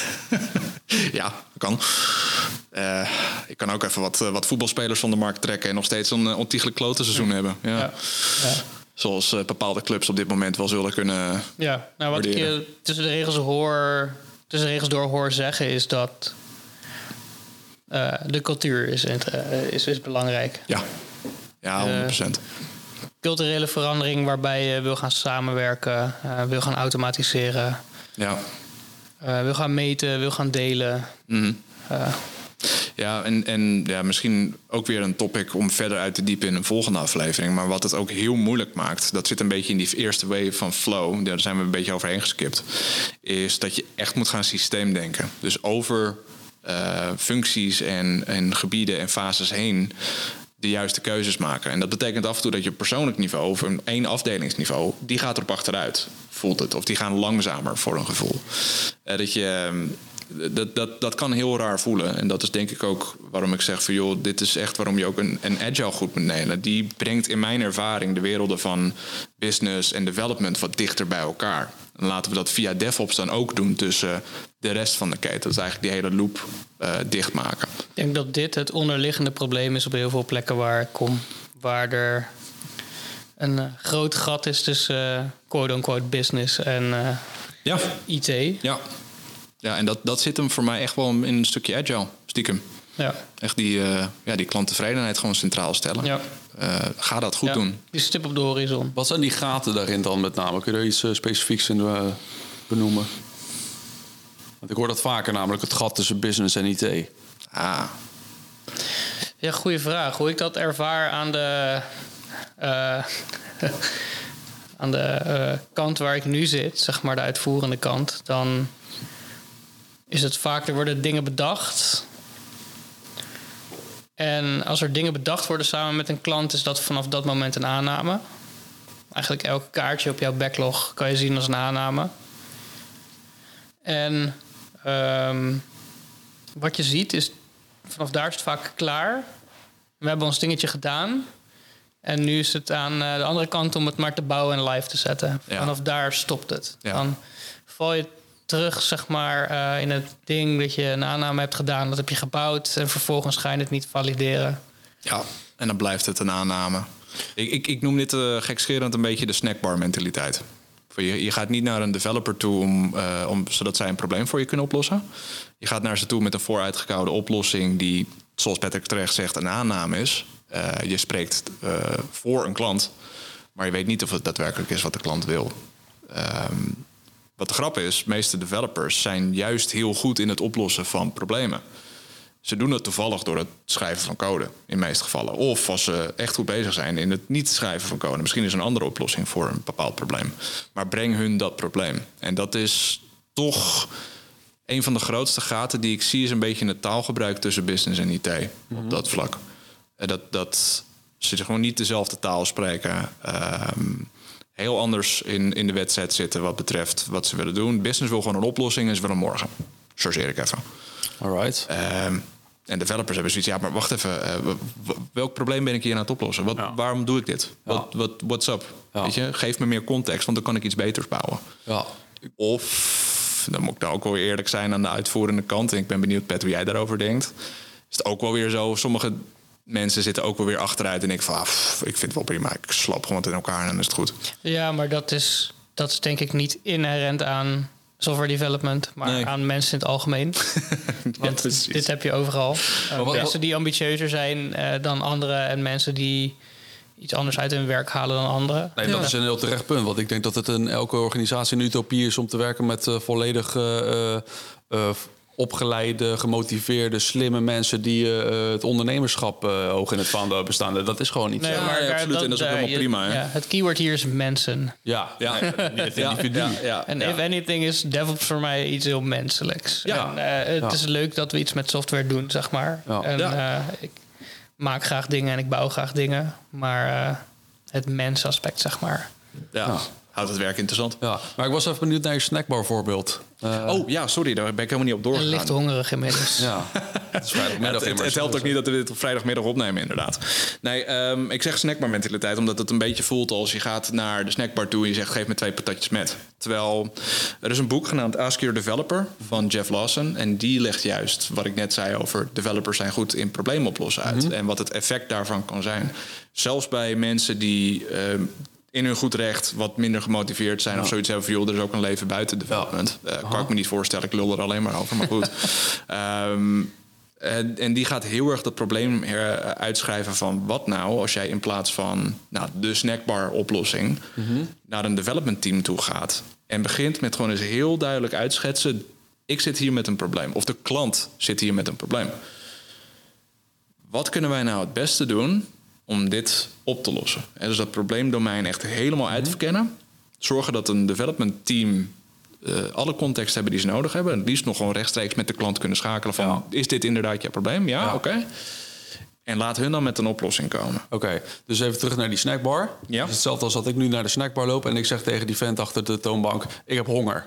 Ja, dat kan. Uh, ik kan ook even wat, uh, wat voetbalspelers van de markt trekken en nog steeds een uh, ontiegelijk klote seizoen ja. hebben. Ja. Ja. Ja. Zoals uh, bepaalde clubs op dit moment wel zullen kunnen. Ja, nou wat waarderen. Ik je tussen de regels hoor, tussen de regels door hoor zeggen is dat uh, de cultuur is, uh, is, is belangrijk. Ja, ja, honderd procent. Uh, culturele verandering waarbij je wil gaan samenwerken, uh, wil gaan automatiseren. Ja. Uh, wil gaan meten, wil gaan delen. Mm-hmm. Uh, Ja, en, en ja, misschien ook weer een topic om verder uit te diepen in een volgende aflevering. Maar wat het ook heel moeilijk maakt, dat zit een beetje in die eerste wave van flow. Daar zijn we een beetje overheen geskipt. Is dat je echt moet gaan systeemdenken. Dus over uh, functies en, en gebieden en fases heen de juiste keuzes maken. En dat betekent af en toe dat je op persoonlijk niveau of een één afdelingsniveau, die gaat erop achteruit, voelt het. Of die gaan langzamer voor een gevoel. Uh, dat je... Dat, dat, dat kan heel raar voelen. En dat is denk ik ook waarom ik zeg van joh, dit is echt waarom je ook een, een agile goed moet nemen. Die brengt in mijn ervaring de werelden van business en development wat dichter bij elkaar. En laten we dat via DevOps dan ook doen tussen de rest van de keten. Dat is eigenlijk die hele loop uh, dichtmaken. Ik denk dat dit het onderliggende probleem is op heel veel plekken waar ik kom. Waar er een uh, groot gat is tussen uh, quote-unquote business en uh, ja. I T. Ja. Ja, en dat, dat zit hem voor mij echt wel in een stukje agile, stiekem. Ja. Echt die, uh, ja, die klanttevredenheid gewoon centraal stellen. Ja. Uh, ga dat goed ja. doen. Die stip op de horizon. Wat zijn die gaten daarin dan met name? Kun je er iets uh, specifieks in uh, benoemen? Want ik hoor dat vaker, namelijk het gat tussen business en I T. Ah. Ja, goede vraag. Hoe ik dat ervaar aan de... Uh, aan de uh, kant waar ik nu zit, zeg maar de uitvoerende kant, dan is het vaak, er worden dingen bedacht. En als er dingen bedacht worden samen met een klant, is dat vanaf dat moment een aanname. Eigenlijk elk kaartje op jouw backlog kan je zien als een aanname. En um, wat je ziet is, vanaf daar is het vaak klaar. We hebben ons dingetje gedaan. En nu is het aan uh, de andere kant om het maar te bouwen en live te zetten. Ja. Vanaf daar stopt het. Ja. Dan val je terug, zeg maar, uh, in het ding dat je een aanname hebt gedaan. Dat heb je gebouwd en vervolgens ga je het niet valideren. Ja, en dan blijft het een aanname. Ik, ik, ik noem dit uh, gekscherend een beetje de snackbar mentaliteit. Je, je gaat niet naar een developer toe om, uh, om, zodat zij een probleem voor je kunnen oplossen. Je gaat naar ze toe met een vooruitgekoude oplossing die, zoals Patrick terecht zegt, een aanname is. Uh, je spreekt uh, voor een klant, maar je weet niet of het daadwerkelijk is wat de klant wil. Um, wat de grap is, de meeste developers zijn juist heel goed in het oplossen van problemen. Ze doen het toevallig door het schrijven van code, in de meeste gevallen. Of als ze echt goed bezig zijn in het niet schrijven van code. Misschien is er een andere oplossing voor een bepaald probleem. Maar breng hun dat probleem. En dat is toch een van de grootste gaten die ik zie, is een beetje het taalgebruik tussen business en I T. Mm-hmm. Op dat vlak. Dat, dat ze gewoon niet dezelfde taal spreken. Um, heel anders in, in de wedstrijd zitten wat betreft wat ze willen doen. Business wil gewoon een oplossing en ze willen morgen. Chargeer ik even. Alright. Um, en developers hebben zoiets, ja, maar wacht even. Uh, welk probleem ben ik hier aan het oplossen? Wat, ja. Waarom doe ik dit? Ja. Wat, wat, what's up? Ja. Weet je? Geef me meer context, want dan kan ik iets beters bouwen. Ja. Of, dan moet ik nou ook wel eerlijk zijn aan de uitvoerende kant. En ik ben benieuwd, Pet, hoe jij daarover denkt. Is het ook wel weer zo, sommige mensen zitten ook wel weer achteruit en denken van, ah, pff, ik vind het wel prima. Ik slap gewoon in elkaar en dan is het goed. Ja, maar dat is, dat is denk ik niet inherent aan software development, maar nee. aan mensen in het algemeen. Want ja, dit heb je overal. Uh, mensen die ambitieuzer zijn uh, dan anderen en mensen die iets anders uit hun werk halen dan anderen. Nee, dat ja. is een heel terecht punt. Want ik denk dat het in elke organisatie een utopie is om te werken met uh, volledig uh, uh, opgeleide, gemotiveerde, slimme mensen die uh, het ondernemerschap uh, hoog in het vaandel hebben staan. Dat is gewoon niet nee, zo. Maar, ja, absoluut. Dat, en dat is ook uh, helemaal je, prima. Hè? Ja, het keyword hier is mensen. Ja, ja. Nee, het individu. Ja, ja. En ja. if anything is DevOps voor mij iets heel menselijks. Ja. En, uh, het ja. is leuk dat we iets met software doen, zeg maar. Ja. En ja. Uh, ik maak graag dingen en ik bouw graag dingen. Maar uh, het mensaspect, zeg maar. Ja. ja. Houdt het werk interessant. Ja, maar ik was even benieuwd naar je snackbar voorbeeld. Uh, oh ja, sorry, daar ben ik helemaal niet op doorgegaan. Licht hongerig inmiddels. Ja, het is vrijdagmiddag. Ja, het, het, het helpt ook niet dat we dit op vrijdagmiddag opnemen, inderdaad. Nee, um, ik zeg snackbar mentaliteit omdat het een beetje voelt als je gaat naar de snackbar toe en je zegt, geef me twee patatjes met. Terwijl, er is een boek genaamd Ask Your Developer van Jeff Lawson. En die legt juist wat ik net zei over developers zijn goed in problemen oplossen uit. Mm-hmm. En wat het effect daarvan kan zijn. Zelfs bij mensen die Um, in hun goed recht wat minder gemotiveerd zijn, ja, of zoiets hebben van, joh, er is ook een leven buiten development. Ja. Uh, kan ik me niet voorstellen, ik lul er alleen maar over, maar goed. um, en, en die gaat heel erg dat probleem her, uitschrijven van, wat nou als jij in plaats van nou, de snackbar oplossing mm-hmm. naar een development team toe gaat en begint met gewoon eens heel duidelijk uitschetsen, ik zit hier met een probleem. Of de klant zit hier met een probleem. wat kunnen wij nou het beste doen om dit op te lossen? En dus dat probleemdomein echt helemaal uit te verkennen. Zorgen dat een development team uh, alle context hebben die ze nodig hebben. En het liefst nog gewoon rechtstreeks met de klant kunnen schakelen van... Ja. Is dit inderdaad je probleem? Ja, ja. oké. Okay. En laat hun dan met een oplossing komen. Oké, okay, dus even terug naar die snackbar. Ja. Het is hetzelfde als dat ik nu naar de snackbar loop... en ik zeg tegen die vent achter de toonbank... ik heb honger.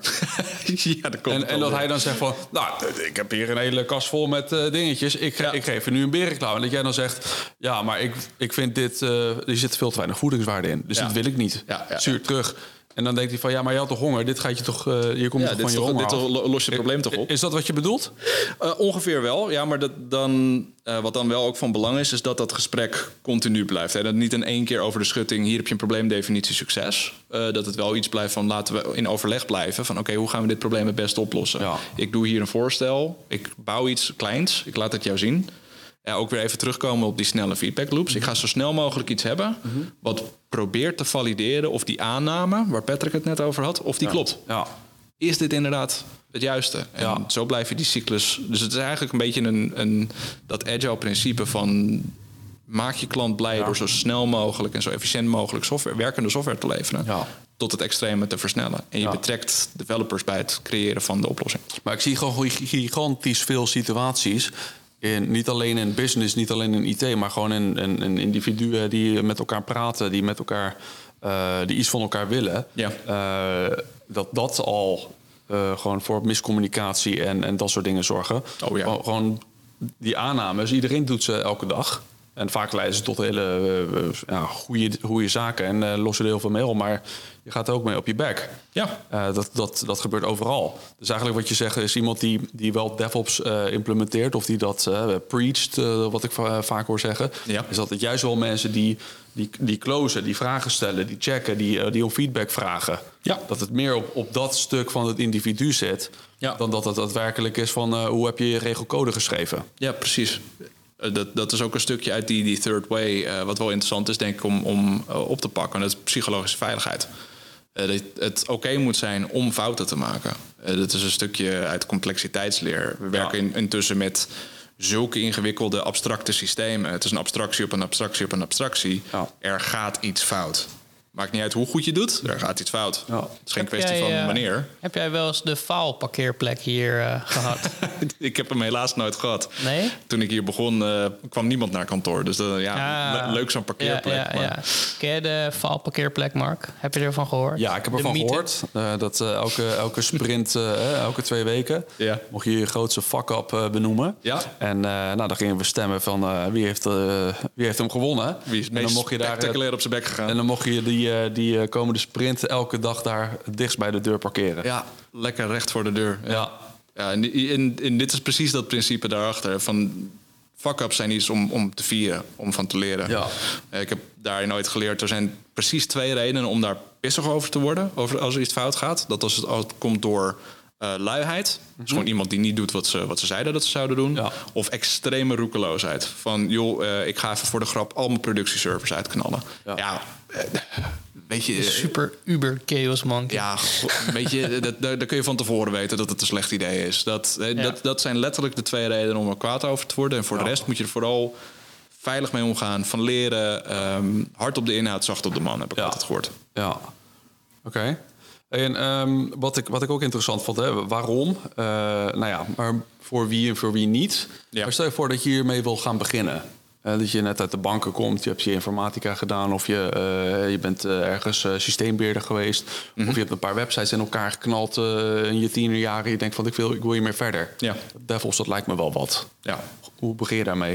ja, dat komt en, en dat hij dan zegt van... nou, ik heb hier een hele kast vol met uh, dingetjes. Ik, ja. ik geef je nu een berenklauw. En dat jij dan zegt... ja, maar ik, ik vind dit... Uh, er zit veel te weinig voedingswaarde in. Dus ja. dat wil ik niet. Ja, ja, Stuur ja. terug. En dan denkt hij van, ja, maar je had toch honger? Dit gaat je toch, uh, je komt ja, toch van je toch, honger dit af? Dit los je het probleem toch op? Is dat wat je bedoelt? Uh, ongeveer wel, ja. Maar dat dan, uh, wat dan wel ook van belang is... is dat dat gesprek continu blijft. Hè? Dat niet in één keer over de schutting... hier heb je een probleemdefinitie, succes. Uh, dat het wel iets blijft van, laten we in overleg blijven... van oké, okay, hoe gaan we dit probleem het best oplossen? Ja. Ik doe hier een voorstel, ik bouw iets kleins... ik laat het jou zien... Ja, ook weer even terugkomen op die snelle feedback loops. Ik ga zo snel mogelijk iets hebben... Mm-hmm. wat probeert te valideren of die aanname... waar Patrick het net over had, of die ja. klopt. Ja. Is dit inderdaad het juiste? En ja. zo blijf je die cyclus... Dus het is eigenlijk een beetje een, een dat agile principe van... maak je klant blij ja. door zo snel mogelijk... en zo efficiënt mogelijk software, werkende software te leveren... Ja. tot het extreme te versnellen. En je ja. betrekt developers bij het creëren van de oplossing. Maar ik zie gewoon gigantisch veel situaties... In, niet alleen in business, niet alleen in I T... maar gewoon in, in, in individuen die met elkaar praten... die met elkaar uh, die iets van elkaar willen... Ja. Uh, dat dat al uh, gewoon voor miscommunicatie en, en dat soort dingen zorgen. Oh, ja. Gewoon die aannames, iedereen doet ze elke dag... En vaak leiden ze tot hele uh, ja, goede, goede zaken en uh, lossen er heel veel mee op. Maar je gaat er ook mee op je bek. Ja. Uh, dat, dat, dat gebeurt overal. Dus eigenlijk wat je zegt is iemand die, die wel DevOps uh, implementeert... of die dat uh, preacht, uh, wat ik va- vaak hoor zeggen... Ja. Is dat het juist wel mensen die, die, die closen, die vragen stellen... die checken, die, uh, die om feedback vragen. Ja. Dat het meer op, op dat stuk van het individu zit... Ja. dan dat het daadwerkelijk is van uh, hoe heb je je regelcode geschreven. Ja, precies. Dat, dat is ook een stukje uit die, die third way... Uh, wat wel interessant is, denk ik, om, om uh, op te pakken. Dat is psychologische veiligheid. Uh, dat het oké okay moet zijn om fouten te maken. Uh, dat is een stukje uit complexiteitsleer. We werken ja. in, intussen met zulke ingewikkelde abstracte systemen. Het is een abstractie op een abstractie op een abstractie. Ja. Er gaat iets fout. Maakt niet uit hoe goed je doet, er gaat iets fout. Ja. Het is geen heb kwestie jij, van wanneer. Uh, heb jij wel eens de faalparkeerplek hier uh, gehad? Ik heb hem helaas nooit gehad. Nee? Toen ik hier begon, uh, kwam niemand naar kantoor. Dus uh, ja, ja. Le- leuk zo'n parkeerplek. Ja, ja, maar... ja. Ken je de faalparkeerplek, Mark? Heb je ervan gehoord? Ja, ik heb ervan gehoord. Uh, dat uh, elke, elke sprint, uh, elke twee weken... Ja. mocht je je grootste fuck-up uh, benoemen. Ja. En uh, nou, dan gingen we stemmen van uh, wie, heeft, uh, wie heeft hem gewonnen. Wie is het meest spectaculair op zijn bek gegaan. En dan mocht je die... Die, die komende sprint elke dag daar het dichtst bij de deur parkeren. Ja, lekker recht voor de deur. Ja, ja en, en, en dit is precies dat principe daarachter. Van fuck-ups zijn iets om, om te vieren, om van te leren. Ja. Ik heb daarin nooit geleerd. Er zijn precies twee redenen om daar pissig over te worden. Over als er iets fout gaat. Dat als het, als het komt door uh, luiheid. Mm-hmm. Dus gewoon iemand die niet doet wat ze, wat ze zeiden dat ze zouden doen. Ja. Of extreme roekeloosheid. Van joh, uh, ik ga even voor de grap al mijn productieservers uitknallen. Ja, ja uh, weet je, super uber chaos man. Ja, weet je, dat, daar, daar kun je van tevoren weten dat het een slecht idee is. Dat, ja. dat, dat zijn letterlijk de twee redenen om er kwaad over te worden. En voor ja. de rest moet je er vooral veilig mee omgaan. Van leren, um, hard op de inhoud, zacht op de man, heb ik ja. altijd gehoord. Ja, oké. Okay. En um, wat, ik, wat ik ook interessant vond, hè, waarom? Uh, nou ja, maar voor wie en voor wie niet. Ja. Maar stel je voor dat je hiermee wil gaan beginnen. Uh, dat je net uit de banken komt, je hebt je informatica gedaan... of je, uh, je bent uh, ergens uh, systeembeheerder geweest... Mm-hmm. of je hebt een paar websites in elkaar geknald uh, in je tienerjaren... je denkt van, ik wil, ik wil hiermee verder. Ja. DevOps, dat lijkt me wel wat. Ja. Hoe begin je daarmee?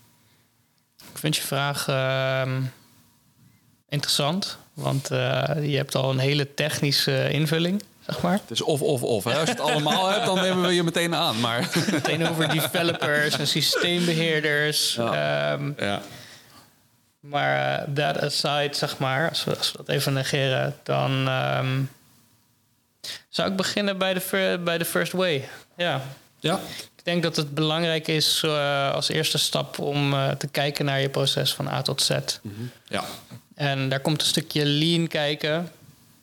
Ik vind je vraag uh, interessant... want uh, je hebt al een hele technische invulling... zeg maar. Het is of, of, of. Hè? Als je het allemaal hebt, dan nemen we je meteen aan. Maar... meteen over developers en systeembeheerders. Ja. Um, ja. Maar uh, that aside, zeg maar, als we, als we dat even negeren... dan um, zou ik beginnen bij de, bij de first way. Ja. Ja. Ik denk dat het belangrijk is uh, als eerste stap... om uh, te kijken naar je proces van A tot Z. Mm-hmm. Ja. En daar komt een stukje lean kijken...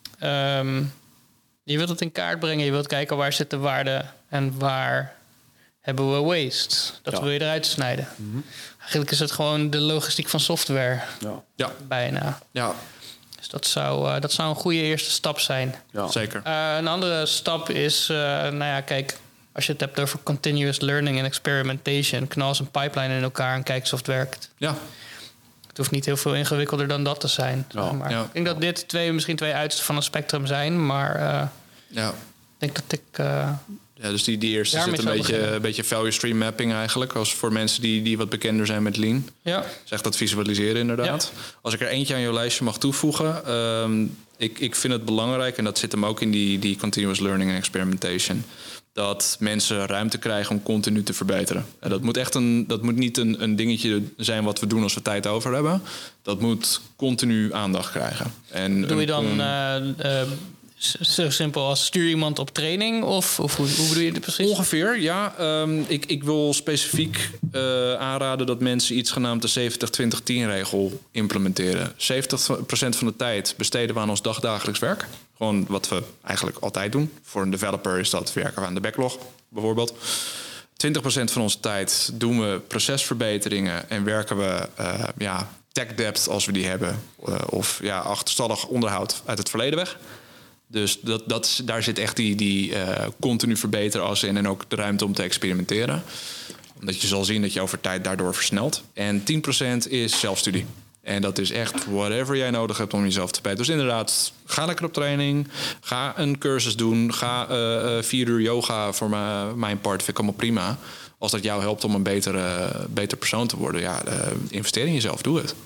Um, Je wilt het in kaart brengen. Je wilt kijken waar zit de waarde en waar hebben we waste. Dat Ja. wil je eruit snijden. Mm-hmm. Eigenlijk is het gewoon de logistiek van software. Ja. Ja. Bijna. Ja. Dus dat zou, uh, dat zou een goede eerste stap zijn. Ja. Zeker. Uh, een andere stap is, uh, nou ja, kijk, als je het hebt over continuous learning en experimentation, knal eens een pipeline in elkaar en kijk of het werkt. Ja. Het hoeft niet heel veel ingewikkelder dan dat te zijn. Ja. Zeg maar. Ja. Ik denk dat dit twee, misschien twee uitersten van een spectrum zijn, maar uh, Ja. ik denk dat ik... Uh, Ja, dus die, die eerste Daarmee zit een zou beetje, beginnen. een beetje value stream mapping eigenlijk. Als voor mensen die, die wat bekender zijn met Lean. ja. Zeg dat visualiseren inderdaad. Als ik er eentje aan jouw lijstje mag toevoegen. Um, ik, ik vind het belangrijk, en dat zit hem ook in die, die continuous learning en experimentation. Dat mensen ruimte krijgen om continu te verbeteren. En dat moet echt een, dat moet niet een, een dingetje zijn wat we doen als we tijd over hebben. Dat moet continu aandacht krijgen. En Doe je dan een, uh, uh, zo simpel als stuur iemand op training? Of, of hoe, hoe bedoel je dit precies? Ongeveer, ja. Um, ik, ik wil specifiek uh, aanraden dat mensen iets genaamd de zeventig twintig tien regel implementeren. zeventig procent van de tijd besteden we aan ons dagdagelijks werk. Gewoon wat we eigenlijk altijd doen. Voor een developer is dat werken we aan de backlog, bijvoorbeeld. twintig procent van onze tijd doen we procesverbeteringen en werken we uh, ja, tech debt als we die hebben. Uh, of ja, achterstallig onderhoud uit het verleden weg. Dus dat, dat, daar zit echt die, die uh, continu verbeteras in en ook de ruimte om te experimenteren. Omdat je zal zien dat je over tijd daardoor versnelt. En tien procent is zelfstudie. En dat is echt whatever jij nodig hebt om jezelf te verbeteren. Dus inderdaad, ga lekker op training. Ga een cursus doen. Ga uh, uh, vier uur yoga voor my, mijn part. Vind ik allemaal prima. Als dat jou helpt om een betere, uh, beter persoon te worden. Ja, uh, investeer in jezelf. Doe het.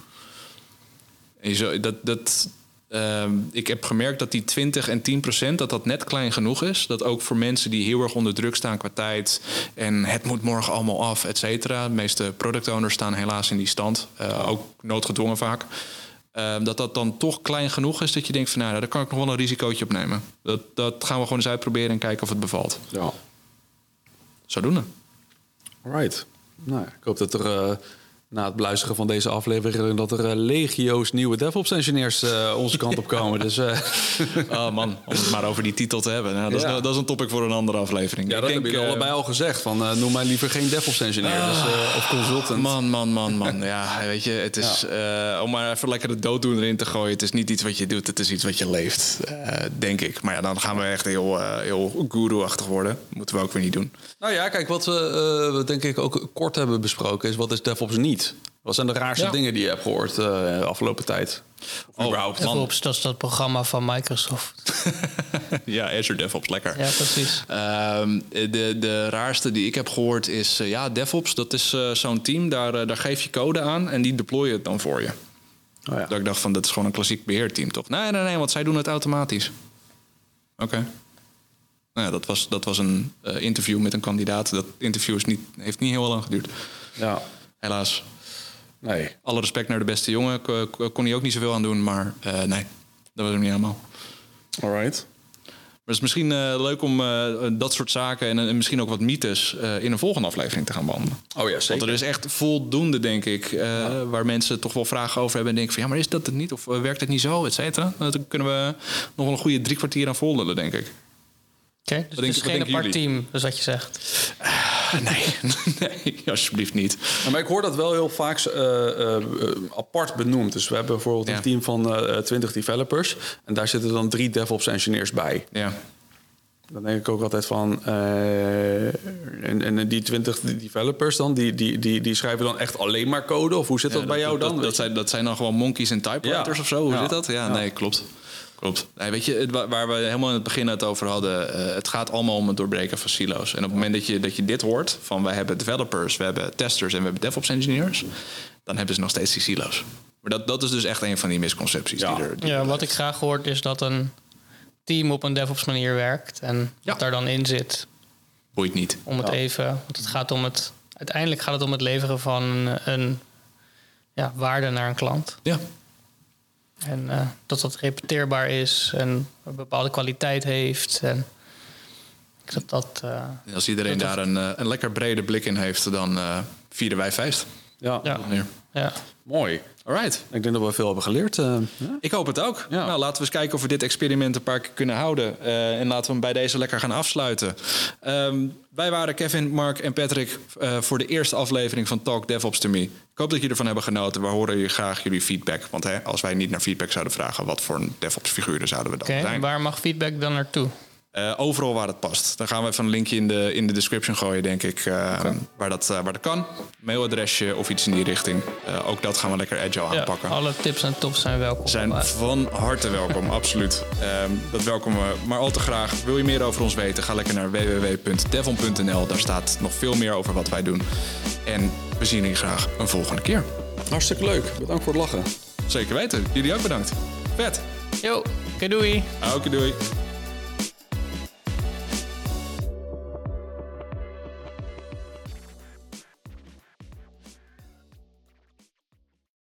En je zo, dat... dat Uh, ik heb gemerkt dat die twintig en tien procent dat dat net klein genoeg is. Dat ook voor mensen die heel erg onder druk staan qua tijd en het moet morgen allemaal af, et cetera. De meeste product owners staan helaas in die stand. Uh, ook noodgedwongen vaak. Uh, dat dat dan toch klein genoeg is dat je denkt van nou, daar kan ik nog wel een risicootje op nemen. Dat, dat gaan we gewoon eens uitproberen en kijken of het bevalt. Ja. Zodoende. Alright. Nou, ik hoop dat er... Uh... na het beluisteren van deze aflevering dat er uh, legio's nieuwe DevOps-engineers uh, onze kant op komen. Dus, uh... oh man, om het maar over die titel te hebben. Nou, dat, ja. is, dat is een topic voor een andere aflevering. Ja, ik dat denk, heb je uh, allebei al gezegd. Van, uh, noem mij liever geen DevOps-engineer uh, dus, uh, of consultant. Man, man, man, man. Ja, weet je, het is... Ja. Uh, om maar even lekker de dooddoener erin te gooien. Het is niet iets wat je doet, het is iets wat je leeft. Uh, denk ik. Maar ja, dan gaan we echt heel, uh, heel guru-achtig worden. Dat moeten we ook weer niet doen. Nou ja, kijk, wat we uh, denk ik ook kort hebben besproken is wat is DevOps niet? Wat zijn de raarste ja. dingen die je hebt gehoord uh, de afgelopen tijd? Of oh, überhaupt? DevOps, dat is dat programma van Microsoft. Ja, Azure DevOps, lekker. Ja, precies. Uh, de, de raarste die ik heb gehoord is... Uh, ja, DevOps, dat is uh, zo'n team. Daar, uh, daar geef je code aan en die deployen het dan voor je. Oh ja. Dat ik dacht van, dat is gewoon een klassiek beheerteam, toch? Nee, nee, nee, want zij doen het automatisch. Oké. Okay. Nou ja, dat was, dat was een uh, interview met een kandidaat. Dat interview is niet, heeft niet heel lang geduurd. Ja. Helaas. Nee. Alle respect naar de beste jongen. K- kon hij ook niet zoveel aan doen, maar uh, nee, dat was hem niet helemaal. Alright. Maar het is misschien uh, leuk om uh, dat soort zaken en, en misschien ook wat mythes uh, in een volgende aflevering te gaan behandelen. Oh ja, zeker. Want er is echt voldoende, denk ik, uh, ja. waar mensen toch wel vragen over hebben en denken van ja, maar is dat het niet? Of uh, werkt het niet zo, et cetera? Dan kunnen we nog wel een goede drie kwartier aan vol lullen, denk ik. Oké, okay, dus het is geen apart team, dus wat je zegt. Uh, nee, nee, alsjeblieft niet. Ja, maar ik hoor dat wel heel vaak uh, uh, apart benoemd. Dus we hebben bijvoorbeeld ja. een team van uh, twintig developers. En daar zitten dan drie DevOps-engineers bij. Ja. Dan denk ik ook altijd van... Uh, en, en die twintig developers dan, die, die, die, die schrijven dan echt alleen maar code? Of hoe zit ja, dat bij jou dan? Dat, dat, zijn, dat zijn dan gewoon monkeys en typewriters ja. of zo? Hoe ja. zit dat? Ja, ja. nee, klopt. Klopt. Nee, weet je, waar we helemaal in het begin het over hadden... Uh, het gaat allemaal om het doorbreken van silo's. En op het moment dat je, dat je dit hoort... van wij hebben developers, we hebben testers... en we hebben DevOps engineers... dan hebben ze nog steeds die silo's. Maar dat, dat is dus echt een van die misconcepties. Ja, die er, die ja er wat ik graag hoor is dat een team op een DevOps manier werkt... en ja. wat daar dan in zit. Boeit niet. Om het ja. even... Want het gaat om het... Uiteindelijk gaat het om het leveren van een, een ja, waarde naar een klant. Ja. En uh, dat dat repeteerbaar is en een bepaalde kwaliteit heeft. En ik dat dat, uh, als iedereen dat daar een, een lekker brede blik in heeft, dan uh, vieren wij feest. Ja, Ja. ja. Mooi. Alright. Ik denk dat we veel hebben geleerd. Uh, ja? Ik hoop het ook. Ja. Nou, laten we eens kijken of we dit experiment een paar keer kunnen houden. Uh, en laten we hem bij deze lekker gaan afsluiten. Um, wij waren Kevin, Mark en Patrick uh, voor de eerste aflevering van Talk DevOps to Me. Ik hoop dat jullie ervan hebben genoten. We horen jullie graag jullie feedback. Want hè, als wij niet naar feedback zouden vragen, wat voor een DevOps figuren zouden we dan okay, zijn? Waar mag feedback dan naartoe? Uh, overal waar het past. Dan gaan we even een linkje in de, in de description gooien, denk ik. Uh, okay. waar, dat, uh, waar dat kan. Mailadresje of iets in die richting. Uh, ook dat gaan we lekker agile ja, aanpakken. Alle tips en tops zijn welkom. Zijn van harte welkom, absoluut. Um, dat welkomen we maar al te graag. Wil je meer over ons weten? Ga lekker naar w w w punt devon punt n l. Daar staat nog veel meer over wat wij doen. En we zien jullie graag een volgende keer. Hartstikke leuk. Bedankt voor het lachen. Zeker weten. Jullie ook bedankt. Vet. Yo, oké, doei. Oké, doei.